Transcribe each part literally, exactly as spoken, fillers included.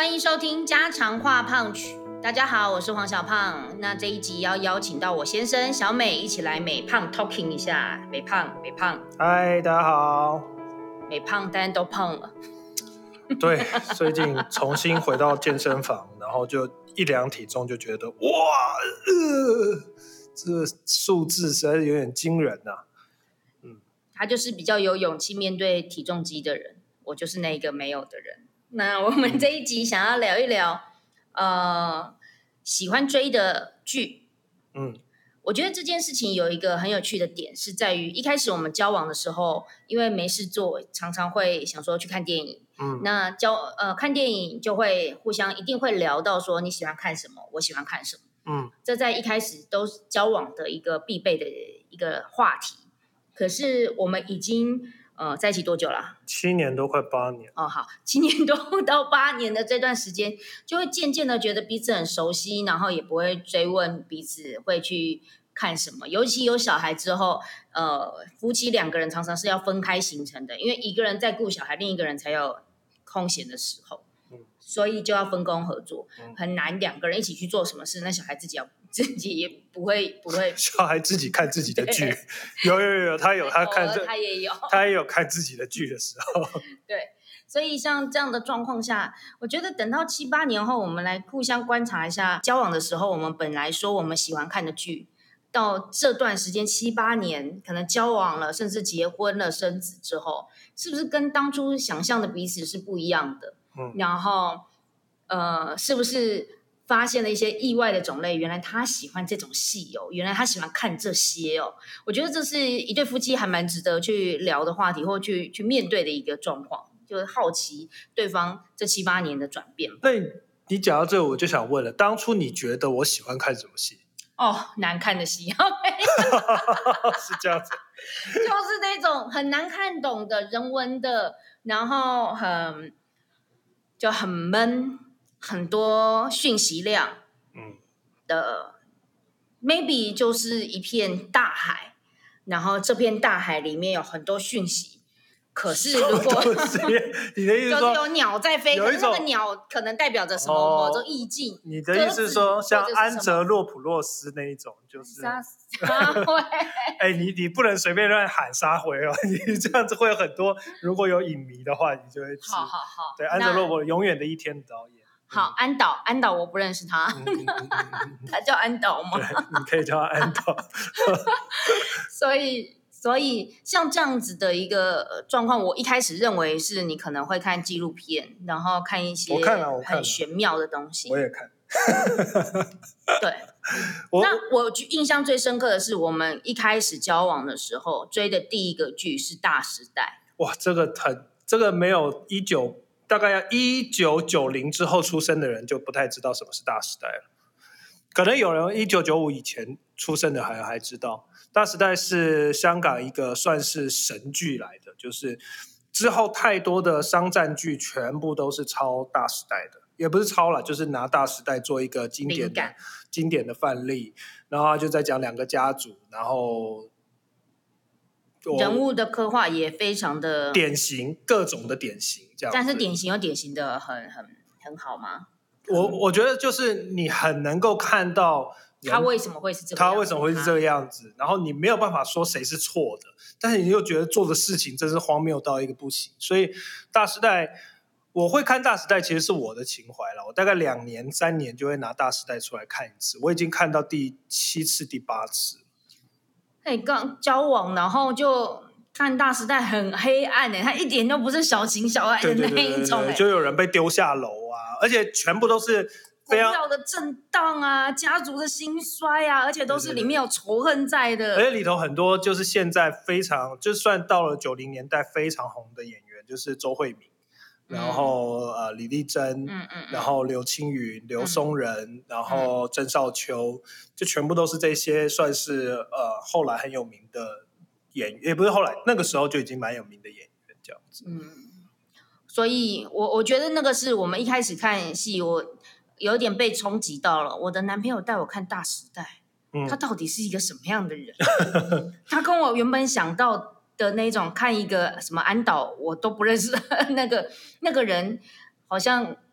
欢迎收听家常话胖曲。大家好，我是黄小胖。那这一集要邀请到我先生小美一起来美胖 talking 一下。美胖，美胖， 嗨，大家好。 美胖，大家都胖了。 对，最近重新回到健身房，然后就一量体重就觉得哇，呃，这个数字实在是有点惊人啊。 嗯，他就是比较有勇气面对体重机的人，我就是那个没有的人。那我们这一集想要聊一聊，呃，喜欢追的剧。嗯，我觉得这件事情有一个很有趣的点，是在于一开始我们交往的时候，因为没事做，常常会想说去看电影。嗯，那交呃看电影就会互相一定会聊到说你喜欢看什么，我喜欢看什么。嗯，这在一开始都是交往的一个必备的一个话题。可是我们已经呃在一起多久了？ 七年多，快八年。 哦，好，七年多到八年的这段时间，就会渐渐的觉得彼此很熟悉，然后也不会追问彼此会去看什么。尤其有小孩之后，呃，夫妻两个人常常是要分开行程的，因为一个人在顾小孩，另一个人才有空闲的时候，嗯、所以就要分工合作，嗯、很难两个人一起去做什么事。那小孩自己要自己也不会不会， 小孩自己看自己的剧，有有有，他有他看这， 他也有， 他也有看自己的剧的时候， 对。所以像这样的状况下，我觉得等到七八年后，我们来互相观察一下，交往的时候我们本来说我们喜欢看的剧，到这段时间七八年，可能交往了，甚至结婚了、生子之后，是不是跟当初想象的彼此是不一样的？嗯，然后呃，是不是发现了一些意外的种类？原来他喜欢这种戏哦，原来他喜欢看这些哦。我觉得这是一对夫妻还蛮值得去聊的话题，或去去面对的一个状况。就是好奇对方这七八年的转变。 那你讲到这个，我就想问了，当初你觉得我喜欢看什么戏？ 哦，难看的戏，是这样子， 就是那种很难看懂的人文的，然后很就很闷，很多讯息量，嗯的、嗯、，maybe 就是一片大海，然后这片大海里面有很多讯息。可是如果你的意思说就是有鸟在飞，可是那个鸟可能代表着什么、哦、某种意境。 你的意思是说像安哲洛普洛斯那一种，就是沙灰。 哎，你你不能随便乱喊沙灰哦，你这样子会有很多。如果有影迷的话，你就会知。 好好好。 对，安哲洛普永远的一天的导演。 好，安导，安导我不认识他，嗯嗯嗯嗯、他叫安导吗？ 对，你可以叫他安导。 所以。所以像这样子的一个状况，我一开始认为是你可能会看纪录片，然后看一些很玄妙的东西。 我也看。 对，那我印象最深刻的是，我们一开始交往的时候追的第一个剧是《大时代》。 哇，这个很，这个没有一九，大概要一九九零之后出生的人就不太知道什么是大时代了。可能有人一九九五以前出生的还还知道，大时代是香港一个算是神剧来的，就是之后太多的商战剧全部都是抄大时代的，也不是抄啦，就是拿大时代做一个经典的经典的范例，然后就在讲两个家族，然后人物的刻画也非常的典型，各种的典型这样。 但是典型有典型的很很很好吗？ 我我觉得就是你很能够看到他为什么会是这个样子， 他为什么会是这个样子，然后你没有办法说谁是错的，但是你又觉得做的事情真是荒谬到一个不行。所以大时代，我会看大时代其实是我的情怀了，我大概两年三年就会拿大时代出来看一次，我已经看到第七次第八次。 哎，刚交往然后就看大时代很黑暗哎，他一点都不是小情小爱的那一种哎， 就有人被丢下楼啊，而且全部都是非常股票的震荡啊，家族的兴衰啊，而且都是里面有仇恨在的。 而且里头很多就是现在非常，就算到了九零年代非常红的演员，就是周慧敏，嗯、然后呃李丽珍，嗯嗯，然后刘青云、刘松仁，嗯、然后郑少秋，就全部都是这些算是呃后来很有名的演员，也不是后来，那个时候就已经蛮有名的演员这样子。 嗯，所以我我觉得那个是我们一开始看戏，我有点被冲击到了。我的男朋友带我看《大时代》，嗯，他到底是一个什么样的人？他跟我原本想到的那种看一个什么安导我都不认识那个那个人，好像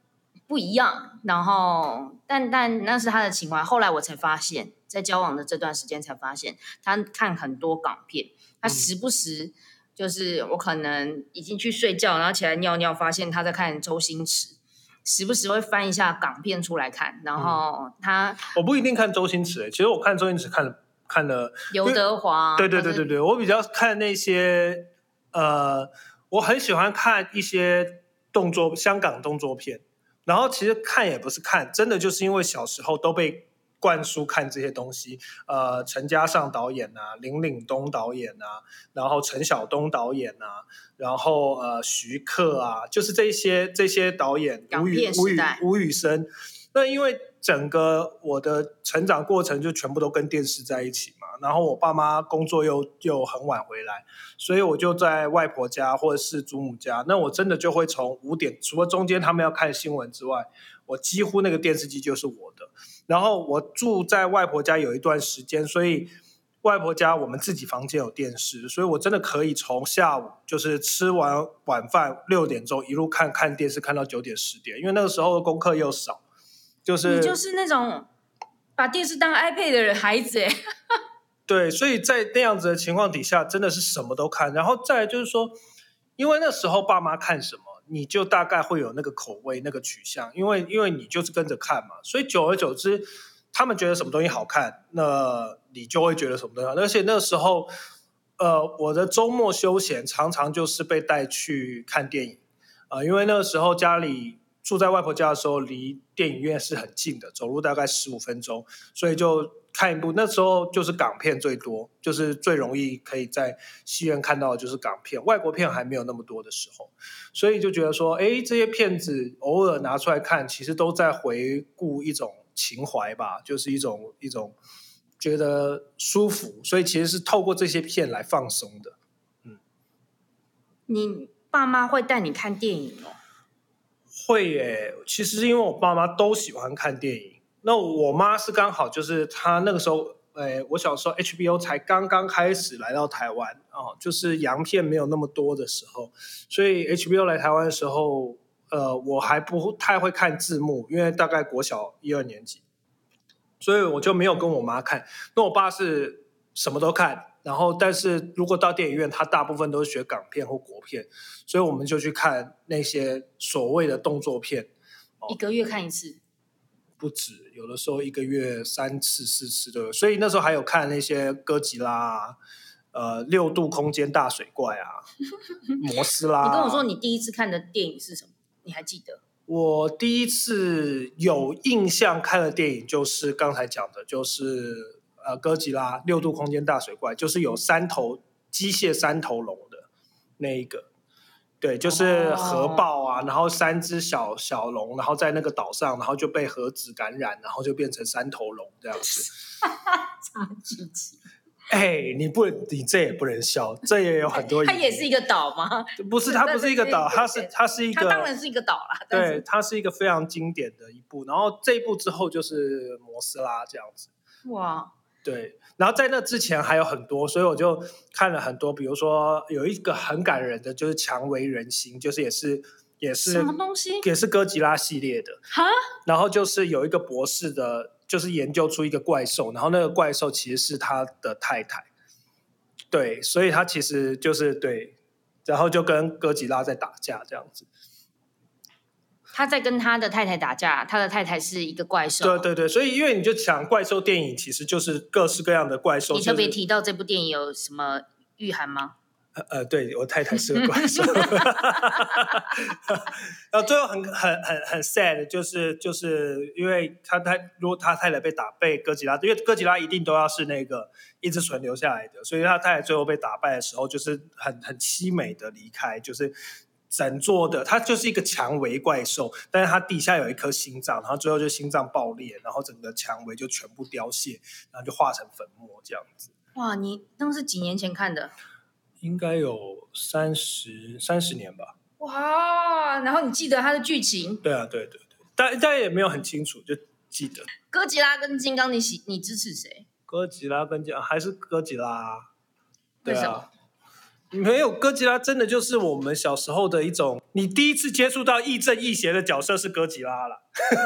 不一样。然后，但但那是他的情怀。后来我才发现，在交往的这段时间才发现，他看很多港片，他时不时就是我可能已经去睡觉，然后起来尿尿，发现他在看周星驰。时不时会翻一下港片出来看，然后他、嗯、 我不一定看周星驰、欸，其实我看周星驰看了看了刘德华， 对对对对对，我比较看那些呃，我很喜欢看一些动作香港动作片，然后其实看也不是看，真的就是因为小时候都被灌输看这些东西，呃，陈嘉上导演啊，林岭东导演啊，然后陈晓东导演啊，然后呃徐克啊，就是这些这些导演，吴宇吴宇吴宇森。那因为整个我的成长过程就全部都跟电视在一起嘛，然后我爸妈工作又又很晚回来，所以我就在外婆家或者是祖母家，那我真的就会从五点，除了中间他们要看新闻之外，我几乎那个电视机就是我的。然后我住在外婆家有一段时间，所以外婆家我们自己房间有电视，所以我真的可以从下午就是吃完晚饭六点钟一路看看电视看到九点十点，因为那个时候功课又少。就是你就是那种把电视当 iPad 的人孩子耶对，所以在那样子的情况底下真的是什么都看。然后再来就是说，因为那时候爸妈看什么你就大概会有那个口味那个取向，因为因为你就是跟着看嘛，所以久而久之他们觉得什么东西好看，那你就会觉得什么东西好看。而且那时候呃，我的周末休闲常常就是被带去看电影、呃、因为那个时候家里住在外婆家的时候离电影院是很近的，走路大概十五分钟，所以就看一部，那时候就是港片最多，就是最容易可以在戏院看到的就是港片，外国片还没有那么多的时候，所以就觉得说哎，这些片子偶尔拿出来看其实都在回顾一种情怀吧，就是一种一种觉得舒服，所以其实是透过这些片来放松的。嗯， 你爸妈会带你看电影哦？ 会耶，其实因为我爸妈都喜欢看电影，那我妈是刚好就是她那个时候，诶，我小时候 H B O 才刚刚开始来到台湾哦，就是洋片没有那么多的时候，所以 H B O 来台湾的时候，呃，我还不太会看字幕，因为大概国小一二年级，所以我就没有跟我妈看。那我爸是什么都看。然后，但是如果到电影院，他大部分都是学港片或国片，所以我们就去看那些所谓的动作片。 一个月看一次？ 不止，有的时候一个月三次四次都有。所以那时候还有看那些哥吉拉啊，呃，六度空间大水怪啊，摩斯拉、啊。 你跟我说你第一次看的电影是什么？你还记得？ 我第一次有印象看的电影就是刚才讲的，就是。呃，哥吉拉六度空间大水怪，就是有三头机械三头龙的那一个，对，就是核爆啊， oh. 然后三只小小龙，然后在那个岛上，然后就被核子感染，然后就变成三头龙这样子。 超级奇！ 哎，你不，你这也不能笑，这也有很多。 它也是一个岛吗？ 不是，它不是一个岛，它是它是一个， 它当然是一个岛啦。 对，它是一个非常经典的一部，然后这一部之后就是摩斯拉这样子。 哇。 对，然后在那之前还有很多，所以我就看了很多，比如说有一个很感人的，就是《强为人心》，就是也是也是什么东西， 也是哥吉拉系列的。 哈， 然后就是有一个博士的，就是研究出一个怪兽，然后那个怪兽其实是他的太太，对，所以他其实就是对，然后就跟哥吉拉在打架这样子。 他在跟他的太太打架，他的太太是一个怪兽。 对对对，所以因为你就想怪兽电影其实就是各式各样的怪兽。 你特别提到这部电影有什么预含吗？ 呃呃，对，我太太是个怪兽。然后最后很很很很 sad， 就是就是因为他他如果他太太被打被哥吉拉，因为哥吉拉一定都要是那个一只存留下来的，所以他太太最后被打败的时候，就是很很凄美的离开，就是。整座的它就是一个蔷薇怪兽，但是它底下有一颗心脏，然后最后就心脏爆裂，然后整个蔷薇就全部凋谢，然后就化成粉末这样子。 哇，你那是几年前看的？ 应该有三十三十年吧。 哇，然后你记得它的剧情？对啊，对对对，但但也没有很清楚，就记得。 哥吉拉跟金刚，你喜你支持谁？ 哥吉拉跟金刚还是哥吉拉、啊？ 为什么？ 没有，哥吉拉真的就是我们小时候的一种，你第一次接触到亦正亦邪的角色是哥吉拉了。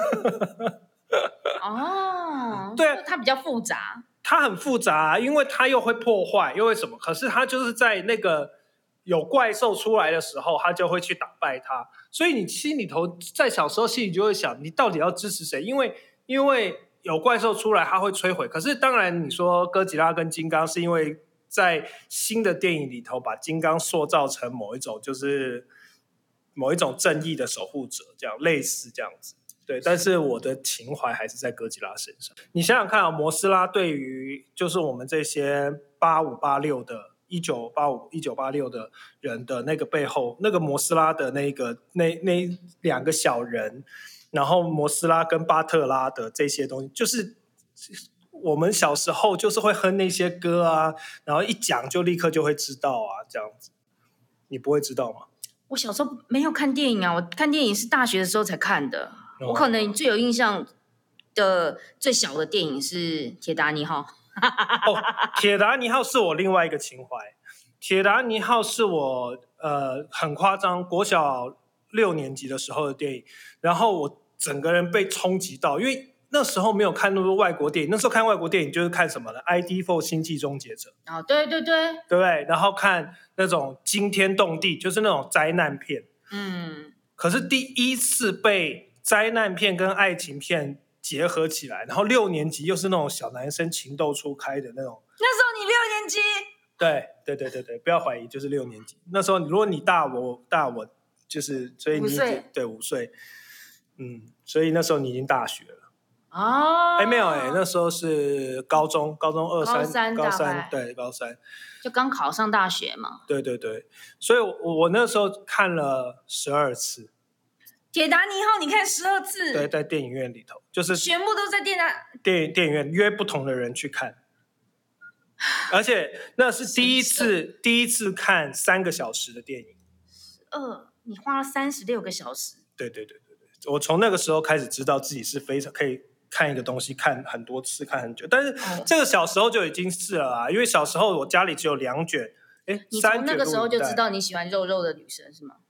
哦， 对， 它比较复杂。 它很复杂，因为它又会破坏，又会什么？可是它就是在那个有怪兽出来的时候，它就会去打败它。所以你心里头在小时候心里就会想，你到底要支持谁？因为因为有怪兽出来，它会摧毁。可是当然，你说哥吉拉跟金刚是因为在新的电影里头把金刚塑造成某一种就是某一种正义的守护者，这样类似这样子。对，但是我的情怀还是在哥吉拉身上。你想想看啊，摩斯拉对于就是我们这些八五八六的、一九八五、一九八六的人的那个背后，那个摩斯拉的那个那那两个小人，然后摩斯拉跟巴特拉的这些东西，就是我们小时候就是会哼那些歌啊，然后一讲就立刻就会知道啊，这样子。你不会知道吗？ 我小时候没有看电影啊，我看电影是大学的时候才看的。我可能最有印象的最小的电影是《铁达尼号》。 哦，铁达尼号是我另外一个情怀。铁达尼号是我呃很夸张，国小六年级的时候的电影，然后我整个人被冲击到，因为那时候没有看那么多外国电影，那时候看外国电影就是看什么呢 ？I D 四 星际终结者。 哦，对对对， 对不对？然后看那种惊天动地，就是那种灾难片。 嗯， 可是第一次被灾难片跟爱情片结合起来，然后六年级又是那种小男生情窦初开的那种。 那时候你六年级？ 对对对对对，不要怀疑，就是六年级。那时候如果你大我大我，就是所以你五岁， 对五岁，嗯，所以那时候你已经大学了。 哦， 哎，没有哎，那时候是高中，高中二三， 高三， 高三，对，高三， 就刚考上大学嘛。 对对对，所以我我那时候看了十二次。 铁达尼号你看十二次？ 对，在电影院里头，就是全部都在电达电电影院约不同的人去看，而且那是第一次第一次看三个小时的电影。 二，你花了三十六个小时。 对对对对对，我从那个时候开始知道自己是非常可以看一个东西看很多次，看很久。但是这个小时候就已经是了啊，因为小时候我家里只有两卷，哎， 你从那个时候就知道你喜欢肉肉的女生是吗？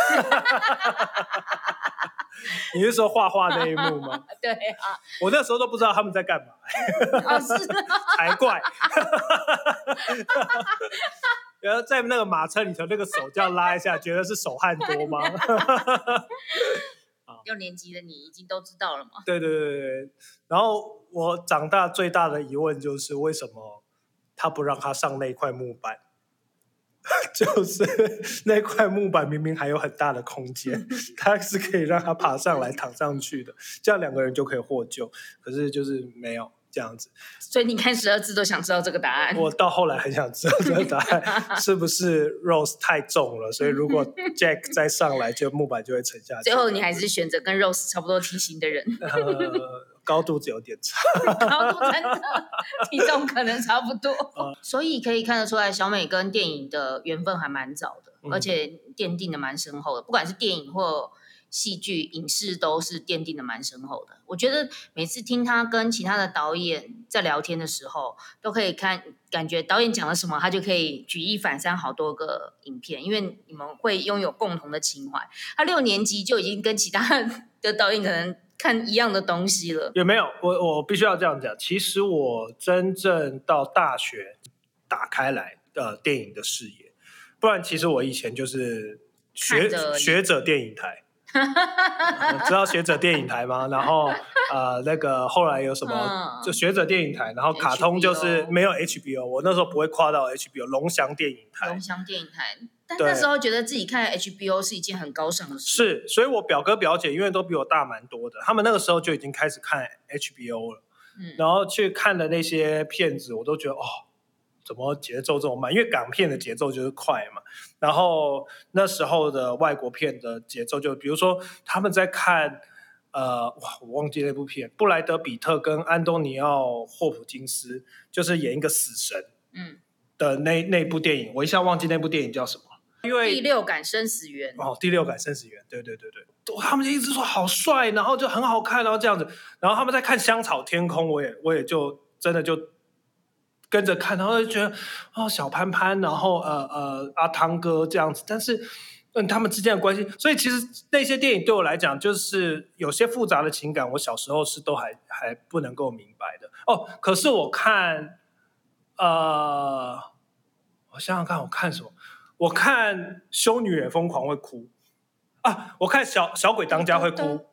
你是说画画那一幕吗？ 对啊， 我那时候都不知道他们在干嘛。 哦，是才怪。然后在那个马车里头，那个手这样拉一下，觉得是手汗多吗？ 六年级的你已经都知道了吗？ 对对对对。然后我长大最大的疑问就是，为什么他不让他上那块木板？就是那块木板明明还有很大的空间，他是可以让他爬上来躺上去的，这样两个人就可以获救。可是就是没有这样子， 所以你看十二次都想知道这个答案。 我到后来很想知道这个答案是不是 Rose 太重了，所以如果 Jack 再上来，就木板就会沉下去。 最后你还是选择跟 Rose 差不多体型的人。 呃，高度只有点差， 高度真的体重可能差不多，嗯、所以可以看得出来，小美跟电影的缘分还蛮早的，嗯、而且奠定的蛮深厚的。不管是电影或戏剧、影视，都是奠定的蛮深厚的。我觉得每次听他跟其他的导演在聊天的时候，都可以看，感觉导演讲了什么，他就可以举一反三好多个影片，因为你们会拥有共同的情怀。他六年级就已经跟其他的导演可能看一样的东西了。 有没有？我我必须要这样讲。其实我真正到大学打开来的电影的视野，不然其实我以前就是学学者电影台。知道学者电影台吗？然后呃，那个后来有什么、嗯、就学者电影台，然后卡通就是没有 H B O， 我那时候不会跨到 H B O， 龙翔电影台。 龙翔电影台，但那时候觉得自己看 H B O 是一件很高尚的事。 是，所以我表哥表姐因为都比我大蛮多的，他们那个时候就已经开始看 H B O 了，嗯、然后去看的那些片子，我都觉得哦。怎么节奏这么慢？因为港片的节奏就是快嘛，然后那时候的外国片的节奏就，比如说他们在看，呃，哇，我忘记那部片，布莱德比特跟安东尼奥霍普金斯就是演一个死神，嗯，的那那部电影，我一下忘记那部电影叫什么，因为第六感生死缘哦，第六感生死缘，对对对对，他们就一直说好帅，然后就很好看，然后这样子，然后他们在看香草天空，我也我也就真的就。 跟着看，然后就觉得哦小潘潘，然后呃呃阿汤哥这样子，但是嗯他们之间的关系，所以其实那些电影对我来讲，就是有些复杂的情感，我小时候是都还还不能够明白的哦。可是我看呃，我想想看，我看什么？我看《修女也疯狂》会哭啊，我看小小鬼当家会哭，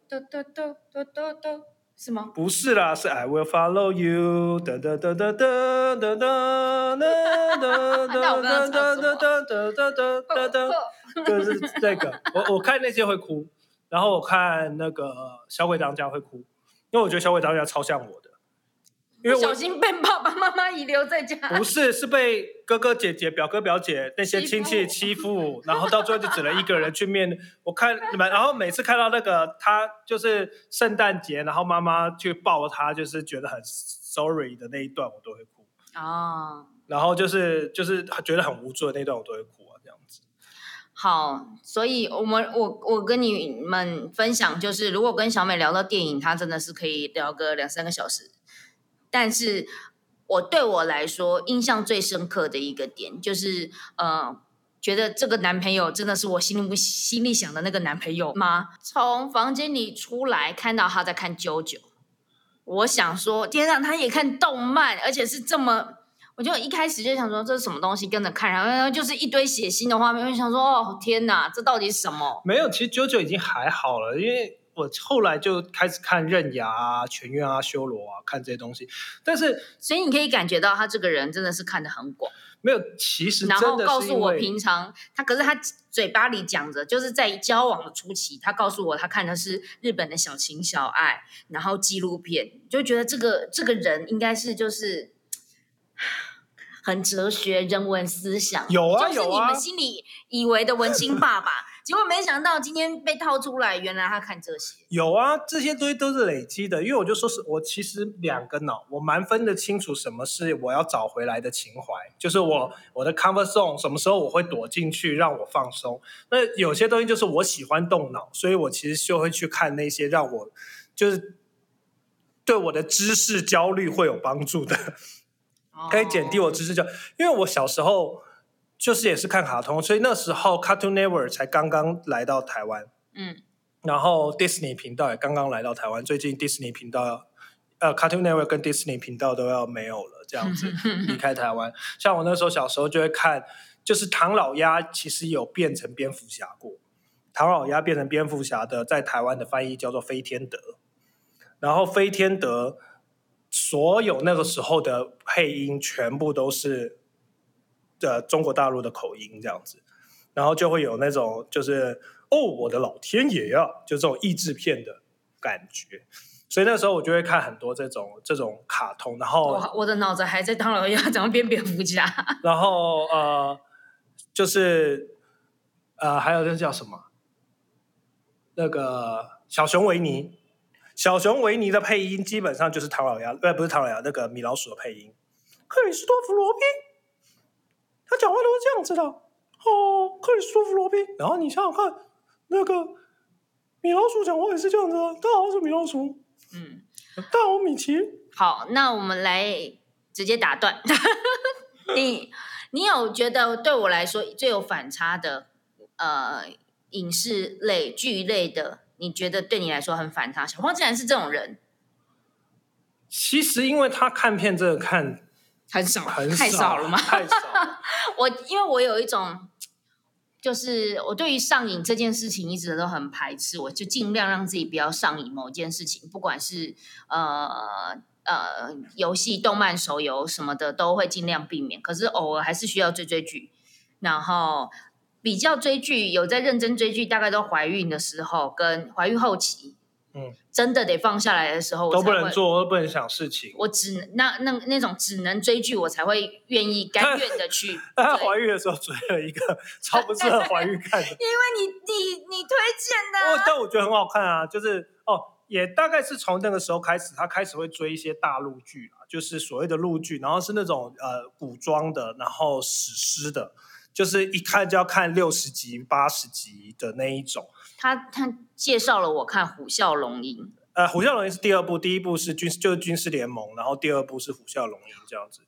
是吗？ 不是啦，是 I will follow you， 哒哒哒哒哒哒哒哒哒哒哒哒哒哒哒哒，就是这个。我我看那些会哭，然后我看那个小鬼当家会哭，因为我觉得小鬼当家超像我的。因为我小心被爸爸妈妈遗留在家。 不是，是被哥哥姐姐、表哥表姐那些亲戚欺负，然后到最后就只能一个人去面。我看，然后每次看到那个他就是圣诞节，然后妈妈去抱他，就是觉得很 sorry 的那一段，我都会哭啊。哦、然后就是就是觉得很无助的那一段，我都会哭啊，这样子。 好，所以我们我我跟你们分享，就是如果跟小美聊到电影，她真的是可以聊个两三个小时。但是我对我来说印象最深刻的一个点就是呃觉得这个男朋友真的是我心里心里想的那个男朋友吗？从房间里出来看到他在看JoJo，我想说天啊，他也看动漫，而且是这么，我就一开始就想说这是什么东西，跟着看，然后就是一堆血腥的画面，我就想说哦天哪，这到底是什么？ 没有，其实JoJo已经还好了，因为我后来就开始看刃牙啊、全院啊、修罗啊，看这些东西。但是， 所以你可以感觉到他这个人真的是看得很广。 没有，其实真的是因为， 然后告诉我平常他，可是他嘴巴里讲着，就是在交往的初期，他告诉我他看的是日本的小情小爱，然后纪录片，就觉得这个这个人应该是就是很哲学人文思想， 有啊有啊， 就是你们心里以为的文青爸爸。结果没想到今天被套出来，原来他看这些。 有啊，这些东西都是累积的。因为我就说是我其实两个脑，我蛮分得清楚什么是我要找回来的情怀，就是我我的 comfort zone 什么时候我会躲进去让我放松。那有些东西就是我喜欢动脑，所以我其实就会去看那些让我就是对我的知识焦虑会有帮助的，可以减低我知识焦虑。因为我小时候就是也是看卡通，所以那时候 Cartoon Network 才刚刚来到台湾，嗯，然后 Disney 频道也刚刚来到台湾，最近 Disney 频道呃 Cartoon Network 跟 Disney 频道都要没有了，这样子离开台湾。像我那时候小时候就会看，就是唐老鸭其实有变成蝙蝠侠过，唐老鸭变成蝙蝠侠的在台湾的翻译叫做飞天德，然后飞天德所有那个时候的配音全部都是呃中国大陆的口音这样子，然后就会有那种就是哦我的老天爷呀、啊，就这种益智片的感觉。所以那时候我就会看很多这种这种卡通，然后我我的脑子还在唐老鸭怎么变蝙蝠侠， 然后呃就是呃还有那叫什么那个小熊维尼，小熊维尼的配音基本上就是唐老鸭，呃不是唐老鸭，那个米老鼠的配音，克里斯多弗罗宾。他讲话都是这样子的，哦，克里斯多弗罗宾。然后你想想看，那个米老鼠讲话也是这样子啊。大家好，我是米老鼠。嗯，大家好，米奇。 好，那我们来直接打断。你你有觉得对我来说最有反差的呃影视类剧类的？你觉得对你来说很反差？小胖竟然是这种人。 其实因为他看片真的看。 很少， 很少， 太少了吗？ 太少了。 我因为我有一种，就是我对于上瘾这件事情一直都很排斥，我就尽量让自己不要上瘾某件事情，不管是呃呃游戏、动漫、手游什么的，都会尽量避免。可是偶尔还是需要追追剧，然后比较追剧，有在认真追剧，大概都怀孕的时候跟怀孕后期。嗯，真的得放下来的时候，我都不能做，都不能想事情。 我只能那那那种只能追剧，我才会愿意甘愿的去。 她怀孕的时候追了一个超不适合怀孕看的，因为你你你推荐的、啊哦，但我觉得很好看啊，就是哦，也大概是从那个时候开始，他开始会追一些大陆剧啦，就是所谓的陆剧，然后是那种呃古装的，然后史诗的，就是一看就要看六十集、八十集的那一种。 他他介绍了我看《虎啸龙吟》， 呃，《虎啸龙吟》是第二部，第一部是军就是军事联盟，然后第二部是《虎啸龙吟》这样子。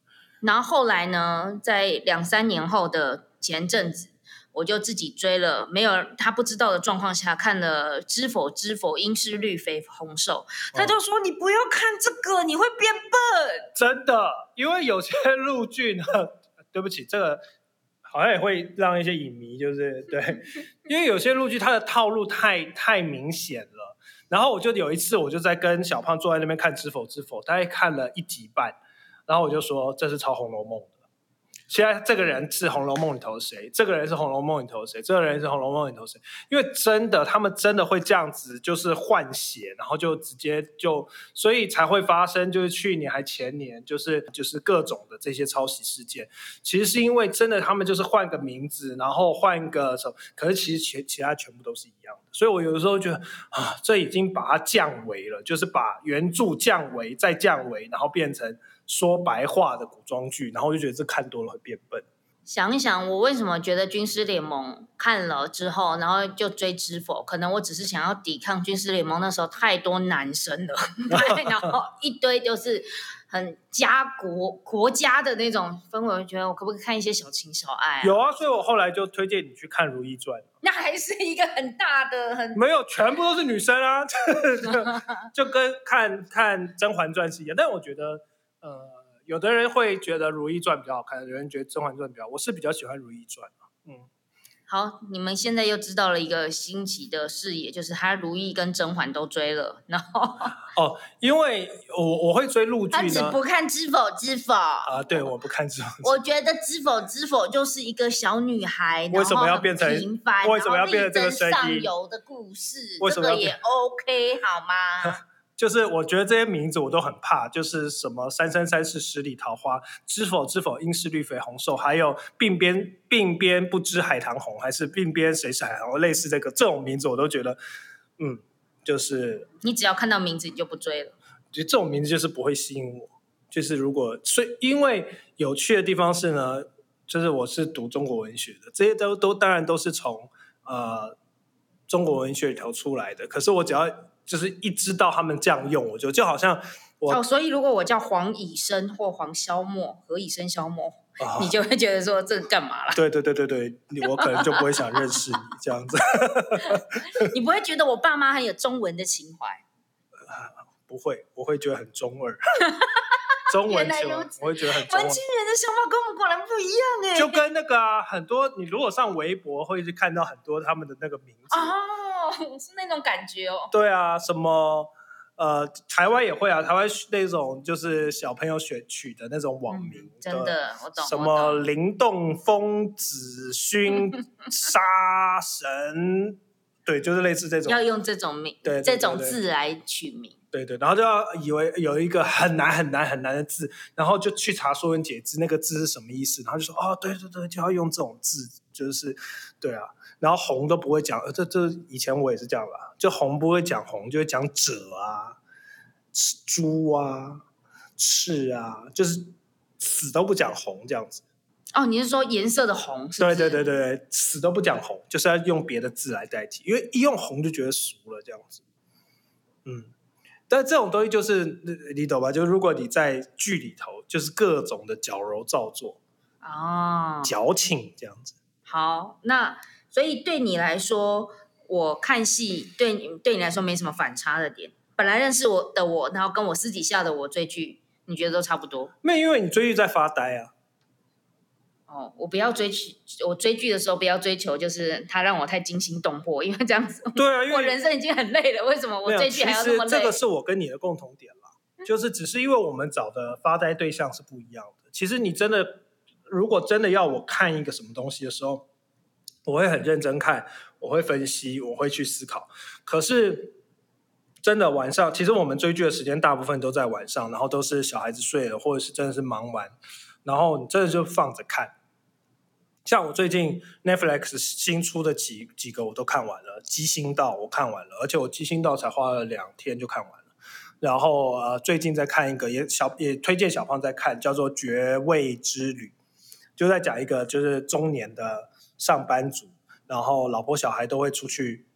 然后后来呢，在两三年后的前阵子，我就自己追了，没有他不知道的状况下看了《知否知否，应是绿肥红瘦》，他就说、哦、你不要看这个，你会变笨。 真的，因为有些陆剧呢，对不起，这个好像也会让一些影迷就是对，因为有些陆剧它的套路太太明显了。然后我就有一次，我就在跟小胖坐在那边看《知否知否》，大概看了一集半，然后我就说这是抄《红楼梦》。现在这个人是《红楼梦》里头谁？这个人是《红楼梦》里头谁？这个人是《红楼梦》里头谁？因为真的，他们真的会这样子，就是换血，然后就直接就，所以才会发生，就是去年还前年，就是就是各种的这些抄袭事件。其实是因为真的，他们就是换个名字，然后换个什么，可是其实其其他全部都是一样的。所以我有的时候觉得啊，这已经把它降维了，就是把原著降维再降维，然后变成说白话的古装剧，然后我就觉得这看多了会变笨。 想一想，我为什么觉得军师联盟看了之后，然后就追知否？可能我只是想要抵抗军师联盟那时候太多男生了，对，然后一堆就是很家国国家的那种氛围，我觉得我可不可以看一些小情小爱、啊？ 有啊，所以我后来就推荐你去看《如懿传》。 那还是一个很大的很没有，全部都是女生啊，就, 就跟看看《甄嬛传》是一样。但我觉得，呃。有的人会觉得《如懿传》比较好看，有人觉得《甄嬛传》比较好，我是比较喜欢《如懿传》。嗯， 好，你们现在又知道了一个新奇的视野，就是他如懿跟甄嬛都追了，然后哦，因为我我会追陆剧呢， 他只不看《知否知否》 啊，对，我不看《知否》。 我觉得《知否知否》就是一个小女孩， 为什么要变成平凡， 为什么要变成这个声音？ 上游的故事， 为什么这个也 OK 好吗？ 就是我觉得这些名字我都很怕，就是什么三生三世十里桃花，知否知否应是绿肥红瘦，还有鬓边鬓边不知海棠红，还是鬓边谁是海棠红，类似这个这种名字我都觉得，嗯，就是你只要看到名字你就不追了。 就这种名字就是不会吸引我，就是如果所以因为有趣的地方是呢，就是我是读中国文学的，这些都都当然都是从呃中国文学里头出来的，可是我只要就是一知道他们这样用，我就就好像我哦，所以如果我叫黄以升或黄萧墨、何以升萧墨，哦、你就会觉得说这个干嘛啦？ 对对对对对，我可能就不会想认识你这样子。 你不会觉得我爸妈很有中文的情怀？ 呃、不会，我会觉得很中二。中文情怀，我会觉得很中二。 文青人的想法跟我们果然不一样哎。 就跟那个、啊、很多，你如果上微博会去看到很多他们的那个名字哦，是那种感觉哦。 对啊，什么呃，台湾也会啊，台湾那种就是小朋友选取的那种网名， 嗯、真的，我懂。 什么灵动风子勋杀神，对，就是类似这种， 要用这种名， 对， 这种字来取名。 对对，然后就要以为有一个很难很难很难的字，然后就去查说文解字，那个字是什么意思，然后就说哦，对对对，就要用这种字，就是对啊，然后红都不会讲，这这以前我也是这样啦，就红不会讲红，就会讲者啊、猪啊、赤啊，就是死都不讲红这样子。 哦，你是说颜色的红是不是？ 对对对对，死都不讲红，就是要用别的字来代替，因为一用红就觉得俗了这样子。嗯。但这种东西就是你懂吧？就如果你在剧里头，就是各种的矫揉造作哦， 矫情这样子。 好，那所以对你来说，我看戏对你对你来说没什么反差的点。本来认识我的我，然后跟我私底下的我追剧，你觉得都差不多？ 没，因为你追剧在发呆啊。 哦，我不要追求，我追剧的时候不要追求，就是他让我太惊心动魄，因为这样子， 对啊，因为我人生已经很累了，为什么我追剧还要那么累？ 这个是我跟你的共同点啦，就是只是因为我们找的发呆对象是不一样的。其实你真的，如果真的要我看一个什么东西的时候，我会很认真看，我会分析，我会去思考。可是真的晚上，其实我们追剧的时间大部分都在晚上，然后都是小孩子睡了，或者是真的是忙完，然后你真的就放着看。像我最近 Netflix 新出的几几个我都看完了，《鸡心道》我看完了，而且我《鸡心道》才花了两天就看完了。然后呃，最近在看一个也小也推荐小胖在看，叫做《绝味之旅》，就在讲一个就是中年的上班族，然后老婆小孩都会出去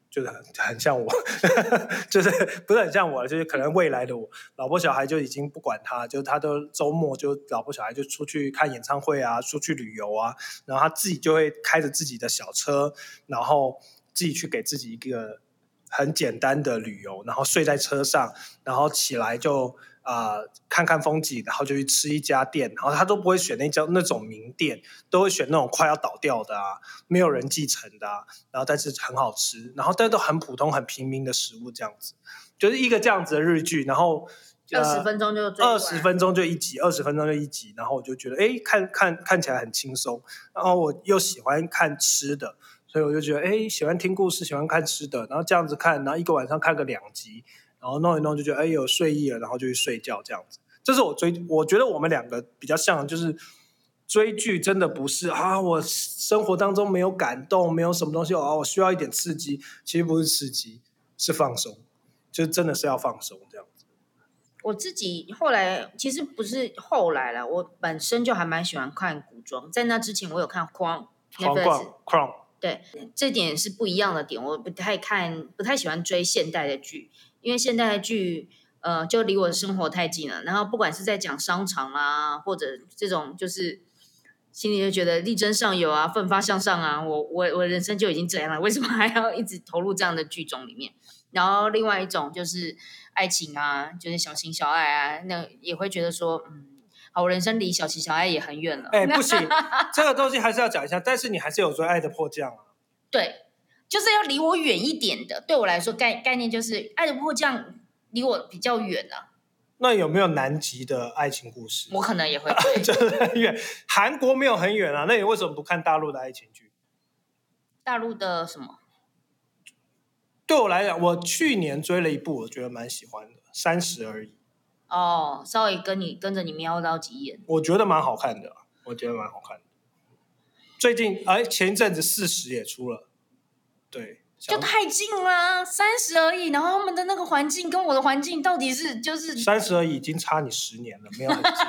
就是很很像我，就是不是很像我，就是可能未来的我，老婆小孩就已经不管他，就他都周末就老婆小孩就出去看演唱会啊，出去旅游啊，然后他自己就会开着自己的小车，然后自己去给自己一个很简单的旅游，然后睡在车上，然后起来就呃看看风景，然后就去吃一家店，然后他都不会选那家那种名店，都会选那种快要倒掉的啊，没有人继承的啊，然后但是很好吃，然后但都很普通很平民的食物这样子，就是一个这样子的日剧，然后二十分钟就追完， 二十分钟就一集，二十分钟就一集，然后我就觉得哎，看看看起来很轻松，然后我又喜欢看吃的，所以我就觉得哎，喜欢听故事，喜欢看吃的，然后这样子看，然后一个晚上看个两集。然后弄一弄就觉得哎有睡意了，然后就去睡觉这样子。这是我追，我觉得我们两个比较像，就是追剧真的不是啊，我生活当中没有感动，没有什么东西啊，我需要一点刺激。其实不是刺激，是放松，就真的是要放松这样子。 我自己后来其实不是后来了，我本身就还蛮喜欢看古装，在那之前我有看《Crown》 ，Crown， 对，这点是不一样的点。我不太看，不太喜欢追现代的剧，因为现代的剧，呃，就离我的生活太近了。然后不管是在讲商场啊，或者这种就是心里就觉得力争上游啊，奋发向上啊，我我我人生就已经这样了，为什么还要一直投入这样的剧种里面？然后另外一种就是爱情啊，就是小情小爱啊，那也会觉得说，嗯。好，我人生离小情小爱也很远了。 哎，不行，这个东西还是要讲一下。但是你还是有追《爱的迫降》啊。 对，就是要离我远一点的。对我来说，概概念就是《爱的迫降》离我比较远啊。 那有没有南极的爱情故事？ 我可能也会追， 真的很远。韩国没有很远啊，那你为什么不看大陆的爱情剧？ 大陆的什么？ 对我来讲，我去年追了一部，我觉得蛮喜欢的，《三十而已》。 哦，稍微跟你跟着你瞄到几眼， 我觉得蛮好看的，我觉得蛮好看的。最近哎，前一阵子四十也出了，对， 就太近了，三十而已。然后他们的那个环境跟我的环境到底是就是三十而已已经差你十年了，没有很近。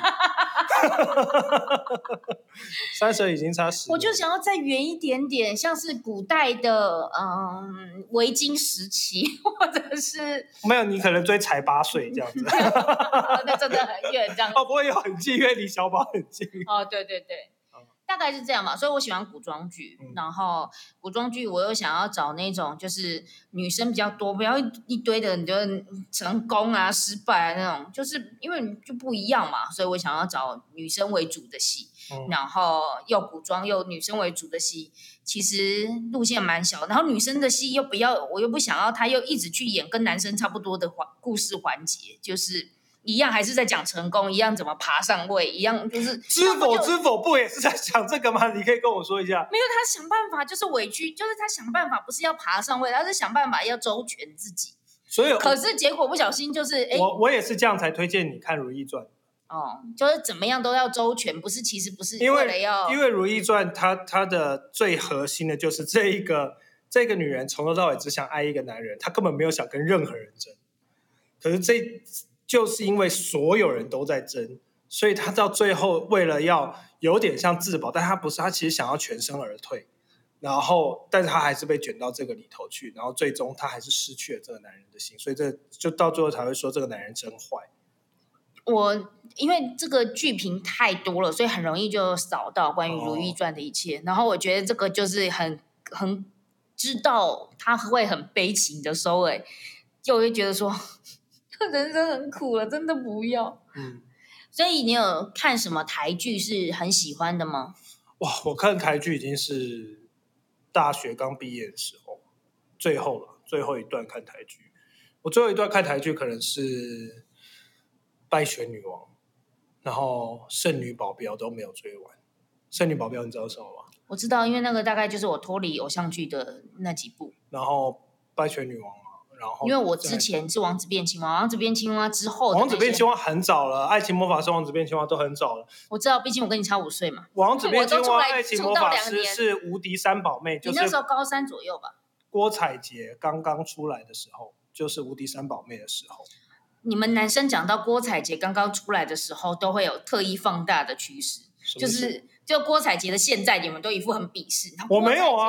三十已经差十年， 我就想要再远一点点，像是古代的嗯维京时期，或者是没有你可能追才八岁这样子， 那真的很远，这样哦，不会有很近，因为离小宝很近。 哦，对对对。大概是这样嘛，所以我喜欢古装剧，嗯、然后古装剧我又想要找那种就是女生比较多，不要一堆的你就成功啊、失败啊那种，就是因为就不一样嘛，所以我想要找女生为主的戏，嗯、然后又古装又女生为主的戏，其实路线蛮小，然后女生的戏又不要，我又不想要她又一直去演跟男生差不多的环故事环节，就是一样还是在讲成功，一样怎么爬上位，一样就是知否知否不也是在讲这个吗？你可以跟我说一下。 没有，他想办法就是委屈，就是他想办法不是要爬上位，他是想办法要周全自己。 所以可是结果不小心就是哎， 我我也是这样才推荐你看《如懿传》。 哦，就是怎么样都要周全，不是其实不是为了要， 因为《如懿传》它它的最核心的就是这一个这个女人从头到尾只想爱一个男人，她根本没有想跟任何人争。可是这就是因为所有人都在争，所以她到最后为了要有点像自保，但她不是，她其实想要全身而退。然后，但是她还是被卷到这个里头去，然后最终她还是失去了这个男人的心，所以这就到最后才会说这个男人真坏。 我因为这个剧评太多了，所以很容易就扫到关于《如懿传》的一切。哦、然后我觉得这个就是很很知道他会很悲情的收尾，就会觉得说人生很苦了，真的不要。嗯，所以你有看什么台剧是很喜欢的吗？ 哇，我看台剧已经是大学刚毕业的时候，最后了，最后一段看台剧。我最后一段看台剧可能是拜权女王，然后圣女保镖都没有追完。圣女保镖你知道什么吗？ 我知道，因为那个大概就是我脱离偶像剧的那几部。 然后拜权女王嘛，然后因为我之前是王子变青蛙，王子变青蛙之后王子变青蛙很早了，爱情魔法师王子变青蛙都很早了。 我知道，毕竟我跟你差五岁嘛。 王子变青蛙爱情魔法师是无敌三宝妹，就是你那时候高三左右吧。 郭采洁刚刚出来的时候，就是无敌三宝妹的时候。 你们男生讲到郭采洁刚刚出来的时候，都会有特意放大的趋势，就是就郭采洁的现在，你们都一副很鄙视。 我没有啊，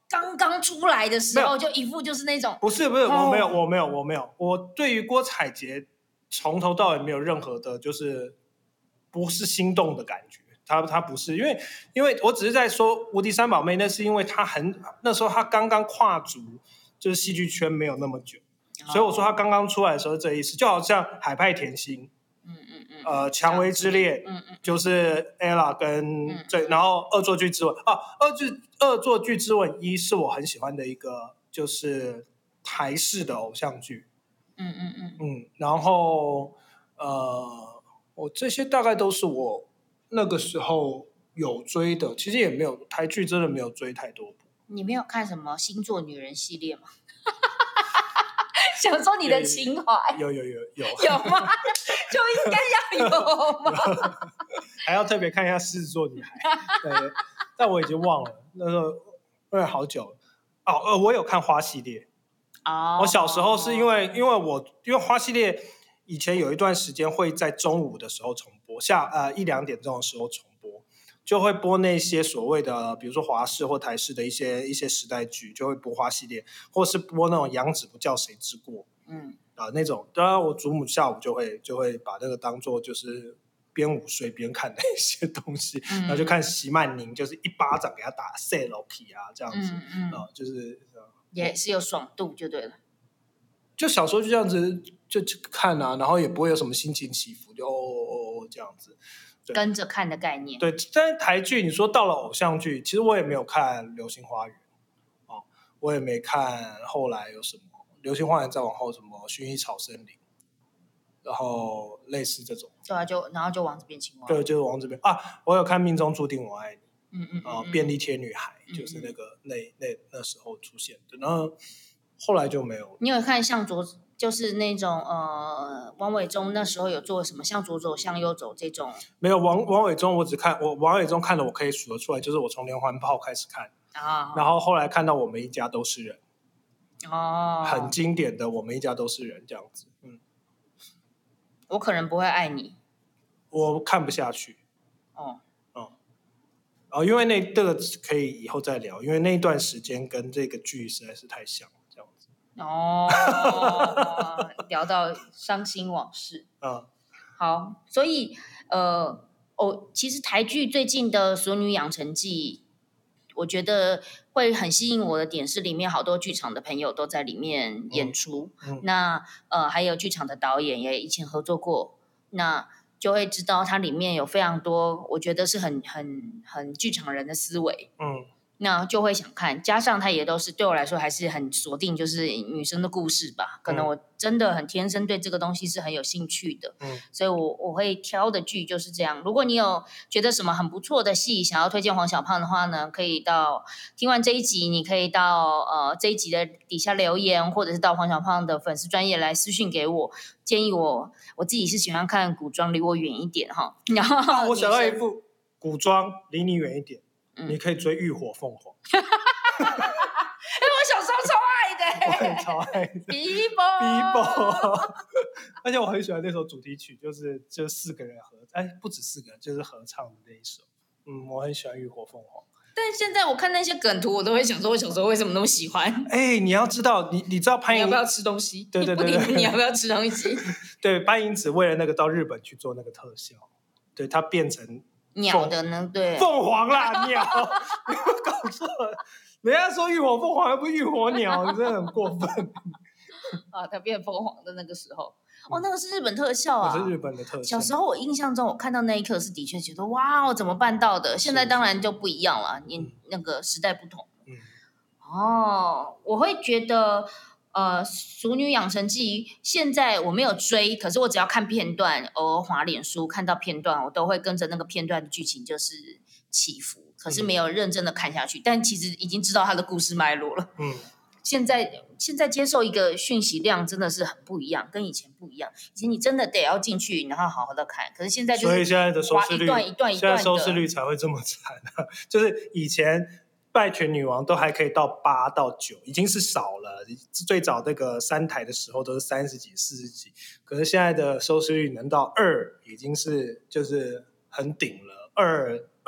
刚刚出来的时候就一副就是那种， 不是不是， 哦、 我没有我没有我没有，我对于郭采洁从头到尾没有任何的，就是不是心动的感觉。他他不是，因为因为我只是在说无敌三宝妹，那是因为他很那时候他刚刚跨足，就是戏剧圈没有那么久，哦、所以我说他刚刚出来的时候这意思，就好像海派甜心。 嗯嗯嗯， 呃，蔷薇之恋，嗯嗯，就是 Ella 跟这、嗯，然后恶作剧之吻啊，恶作恶作剧之吻一是我很喜欢的一个，就是台式的偶像剧， 嗯嗯嗯嗯，然后呃，我这些大概都是我那个时候有追的，其实也没有台剧真的没有追太多部。 你没有看什么星座女人系列吗？想说你的情怀， 有有有有有吗？就应该要有吗？ 还要特别看一下狮子座女孩，对，但我已经忘了，那时候因为好久了。哦，呃，我有看花系列。哦，我小时候是因为因为我因为花系列以前有一段时间会在中午的时候重播，下呃一两点钟的时候重播，就会播那些所谓的，比如说华视或台视的一些一些时代剧，就会播花系列，或是播那种养子不教谁之过，嗯啊、呃、那种。当然，我祖母下午就会就会把那个当做就是边午睡边看的一些东西，嗯、然后就看席曼宁，就是一巴掌给他打 say loki 啊这样子，嗯嗯、呃，就是。 也是有爽度就对了， 就小时候就这样子就看啊，然后也不会有什么心情起伏，就哦哦哦这样子， 跟着看的概念。 对，但是台剧你说到了偶像剧，其实我也没有看《流星花园》哦，我也没看后来有什么《流星花园》再往后什么《薰衣草森林》，然后类似这种。 对啊，就然后就往这边青蛙。 对，就是往这边啊，我有看《命中注定我爱你》。嗯嗯啊、呃，便利贴女孩、嗯、就是那个那那那时候出现的，然后后来就没有。 你有看向左，就是那种呃，王伟忠那时候有做什么向左走向右走这种？ 没有，王王伟忠我只看我王伟忠看的我可以数得出来，就是我从连环炮开始看啊，然后后来看到我们一家都是人，哦，很经典的我们一家都是人这样子，嗯， 我可能不会爱你， 我看不下去，哦。哦，因为那这个可以以后再聊，因为那一段时间跟这个剧实在是太像，这样子。 哦，聊到伤心往事。嗯，好，所以呃，哦，其实台剧最近的《俗女养成记》，我觉得会很吸引我的点是，里面好多剧场的朋友都在里面演出。嗯嗯、那呃，还有剧场的导演也以前合作过。那就会知道它里面有非常多，我觉得是很很很剧场人的思维，嗯，那就会想看，加上它也都是对我来说还是很锁定，就是女生的故事吧，可能我真的很天生对这个东西是很有兴趣的，嗯，所以我我会挑的剧就是这样。如果你有觉得什么很不错的戏想要推荐黄小胖的话呢，可以到听完这一集，你可以到呃这一集的底下留言，或者是到黄小胖的粉丝专页来私讯给我。建议我，我自己是喜欢看古装，离我远一点哈。然后、 啊、我想到一部古装，离你远一点，嗯、你可以追《浴火凤凰》。 哎，我小时候超爱的、欸， 我也超爱的。 Bibo，Bibo， 而且我很喜欢那首主题曲，就是就四个人合，哎，不止四个人，就是合唱的那一首。嗯，我很喜欢《浴火凤凰》。 但现在我看那些梗图，我都会想说，我小时候为什么那么喜欢？ 哎、欸，你要知道，你你知道潘迎你要不要吃东西？ 对对 对, 對, 對你要不要吃东西？ 对，潘迎紫为了那个到日本去做那个特效，对，它变成鸟的呢，对， 凤凰啦，鸟，你搞错了，人家说浴火凤凰，又不是浴火鸟，你真的很过分。 啊，它变凤凰的那个时候。哦，那个是日本特效啊！ 那是日本的特效。 小时候我印象中，我看到那一刻是的确觉得哇，怎么办到的？现在当然就不一样了，你那个时代不同。嗯。哦，我会觉得，呃，《俗女养成记》现在我没有追，可是我只要看片段，偶尔滑脸书看到片段，我都会跟着那个片段的剧情就是起伏，可是没有认真的看下去。嗯、但其实已经知道它的故事脉络了。嗯。现在现在接受一个讯息量真的是很不一样，跟以前不一样。以前你真的得要进去，然后好好的看。可是现在就是， 所以现在的收视率， 一段一段一段的，现在收视率才会这么惨啊！就是以前《拜权女王》都还可以到八到九，已经是少了。最早那个三台的时候都是三十几、四十几，可是现在的收视率能到二，已经是就是很顶了。二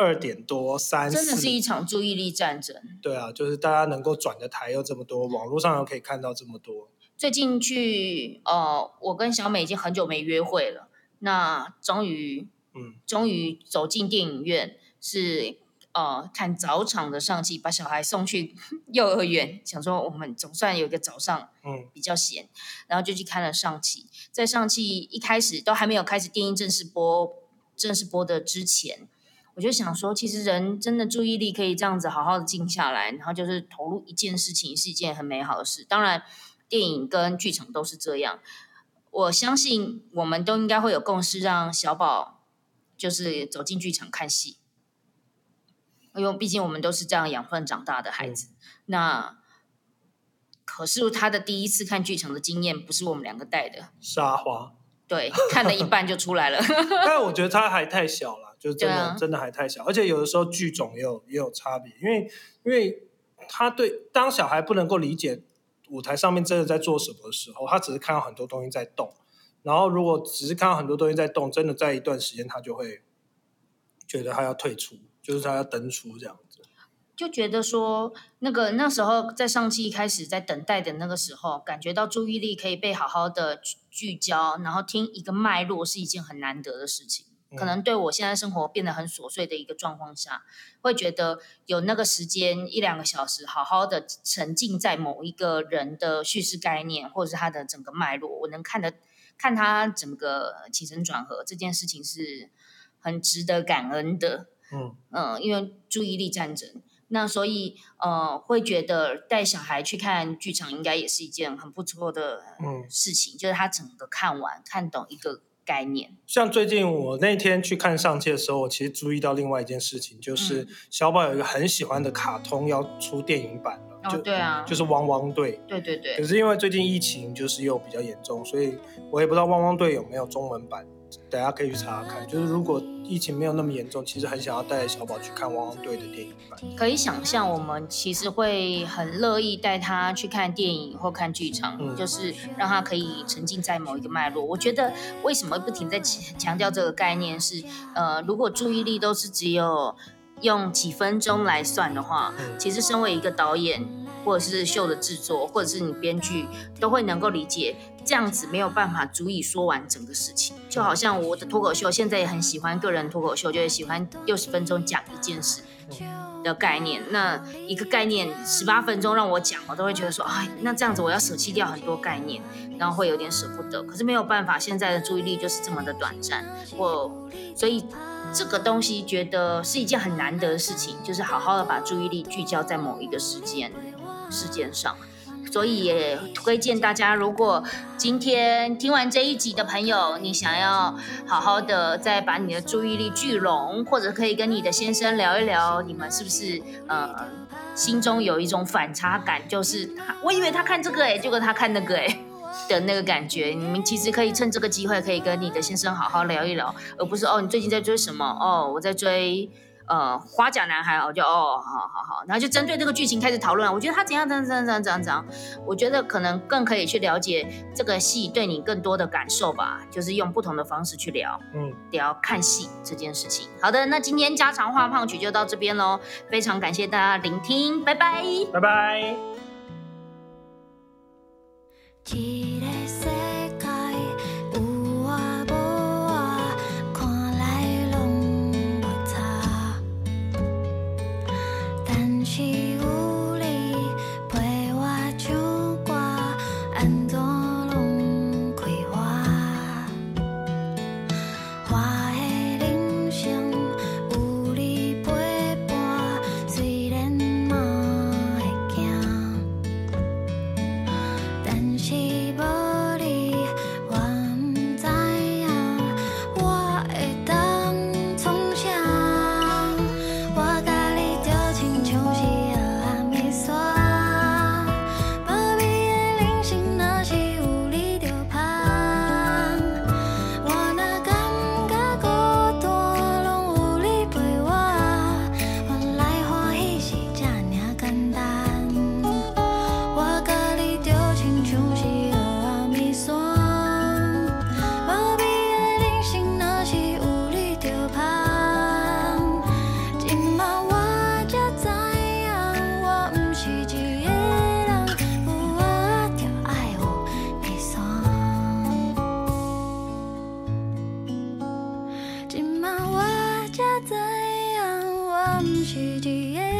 二点多三四， 真的是一场注意力战争。 对啊，就是大家能够转的台又这么多，网络上又可以看到这么多。 最近去呃，我跟小美已经很久没约会了，那终于嗯，终于走进电影院，是呃看早场的上戏，把小孩送去幼儿园，想说我们总算有一个早上嗯比较闲，然后就去看了上戏。在上戏一开始都还没有开始电影正式播正式播的之前，我就想说，其实人真的注意力可以这样子好好的静下来，然后就是投入一件事情，是一件很美好的事。当然电影跟剧场都是这样，我相信我们都应该会有共识，让小宝就是走进剧场看戏，因为毕竟我们都是这样养分长大的孩子。嗯、那可是他的第一次看剧场的经验不是我们两个带的， 沙花， 对，看了一半就出来了。 但我觉得他还太小了，就真的、啊、真的还太小，而且有的时候剧种也有也有差别，因为因为他对当小孩不能够理解舞台上面真的在做什么的时候，他只是看到很多东西在动，然后如果只是看到很多东西在动，真的在一段时间他就会觉得他要退出，就是他要登出这样子， 就觉得说那个那时候在上戏开始在等待的那个时候，感觉到注意力可以被好好的聚焦，然后听一个脉络是一件很难得的事情。可能对我现在生活变得很琐碎的一个状况下，会觉得有那个时间一两个小时好好的沉浸在某一个人的叙事概念或者是他的整个脉络，我能看得看他整个起承转合，这件事情是很值得感恩的。嗯嗯、呃，因为注意力战争，那所以呃会觉得带小孩去看剧场应该也是一件很不错的事情，嗯、就是他整个看完看懂一个概念。 像最近我那天去看上届的时候，我其实注意到另外一件事情，就是小宝有一个很喜欢的卡通要出电影版了， 哦，对啊， 就是汪汪队。 对对对。 可是因为最近疫情就是又比较严重，所以我也不知道汪汪队有没有中文版，大家可以去查查看。就是如果疫情没有那么严重，其实很想要带小宝去看汪汪队的电影版。 可以想象，我们其实会很乐意带他去看电影或看剧场，嗯、就是让他可以沉浸在某一个脉络。我觉得为什么不停在强调这个概念是，呃，如果注意力都是只有用几分钟来算的话，嗯、其实身为一个导演，或者是秀的制作，或者是你编剧，都会能够理解。这样子没有办法足以说完整个事情，就好像我的脱口秀，现在也很喜欢个人脱口秀，就是喜欢六十分钟讲一件事的概念。那一个概念十八分钟让我讲，我都会觉得说，哎，那这样子我要舍弃掉很多概念，然后会有点舍不得。可是没有办法，现在的注意力就是这么的短暂，我所以这个东西觉得是一件很难得的事情，就是好好的把注意力聚焦在某一个事件事件上。所以也推荐大家，如果今天听完这一集的朋友，你想要好好的再把你的注意力聚拢，或者可以跟你的先生聊一聊，你们是不是呃心中有一种反差感，就是他我以为他看这个哎、欸，结果他看那个哎、欸、的那个感觉，你们其实可以趁这个机会可以跟你的先生好好聊一聊，而不是哦你最近在追什么哦我在追。呃，花甲男孩，我就哦，好好好，然后就针对这个剧情开始讨论。我觉得他怎样怎样怎样怎样怎样，我觉得可能更可以去了解这个戏对你更多的感受吧，就是用不同的方式去聊，嗯，聊看戏这件事情。好的，那今天家常话胖曲就到这边咯，非常感谢大家聆听，拜拜， 拜拜。 但是无奇迹。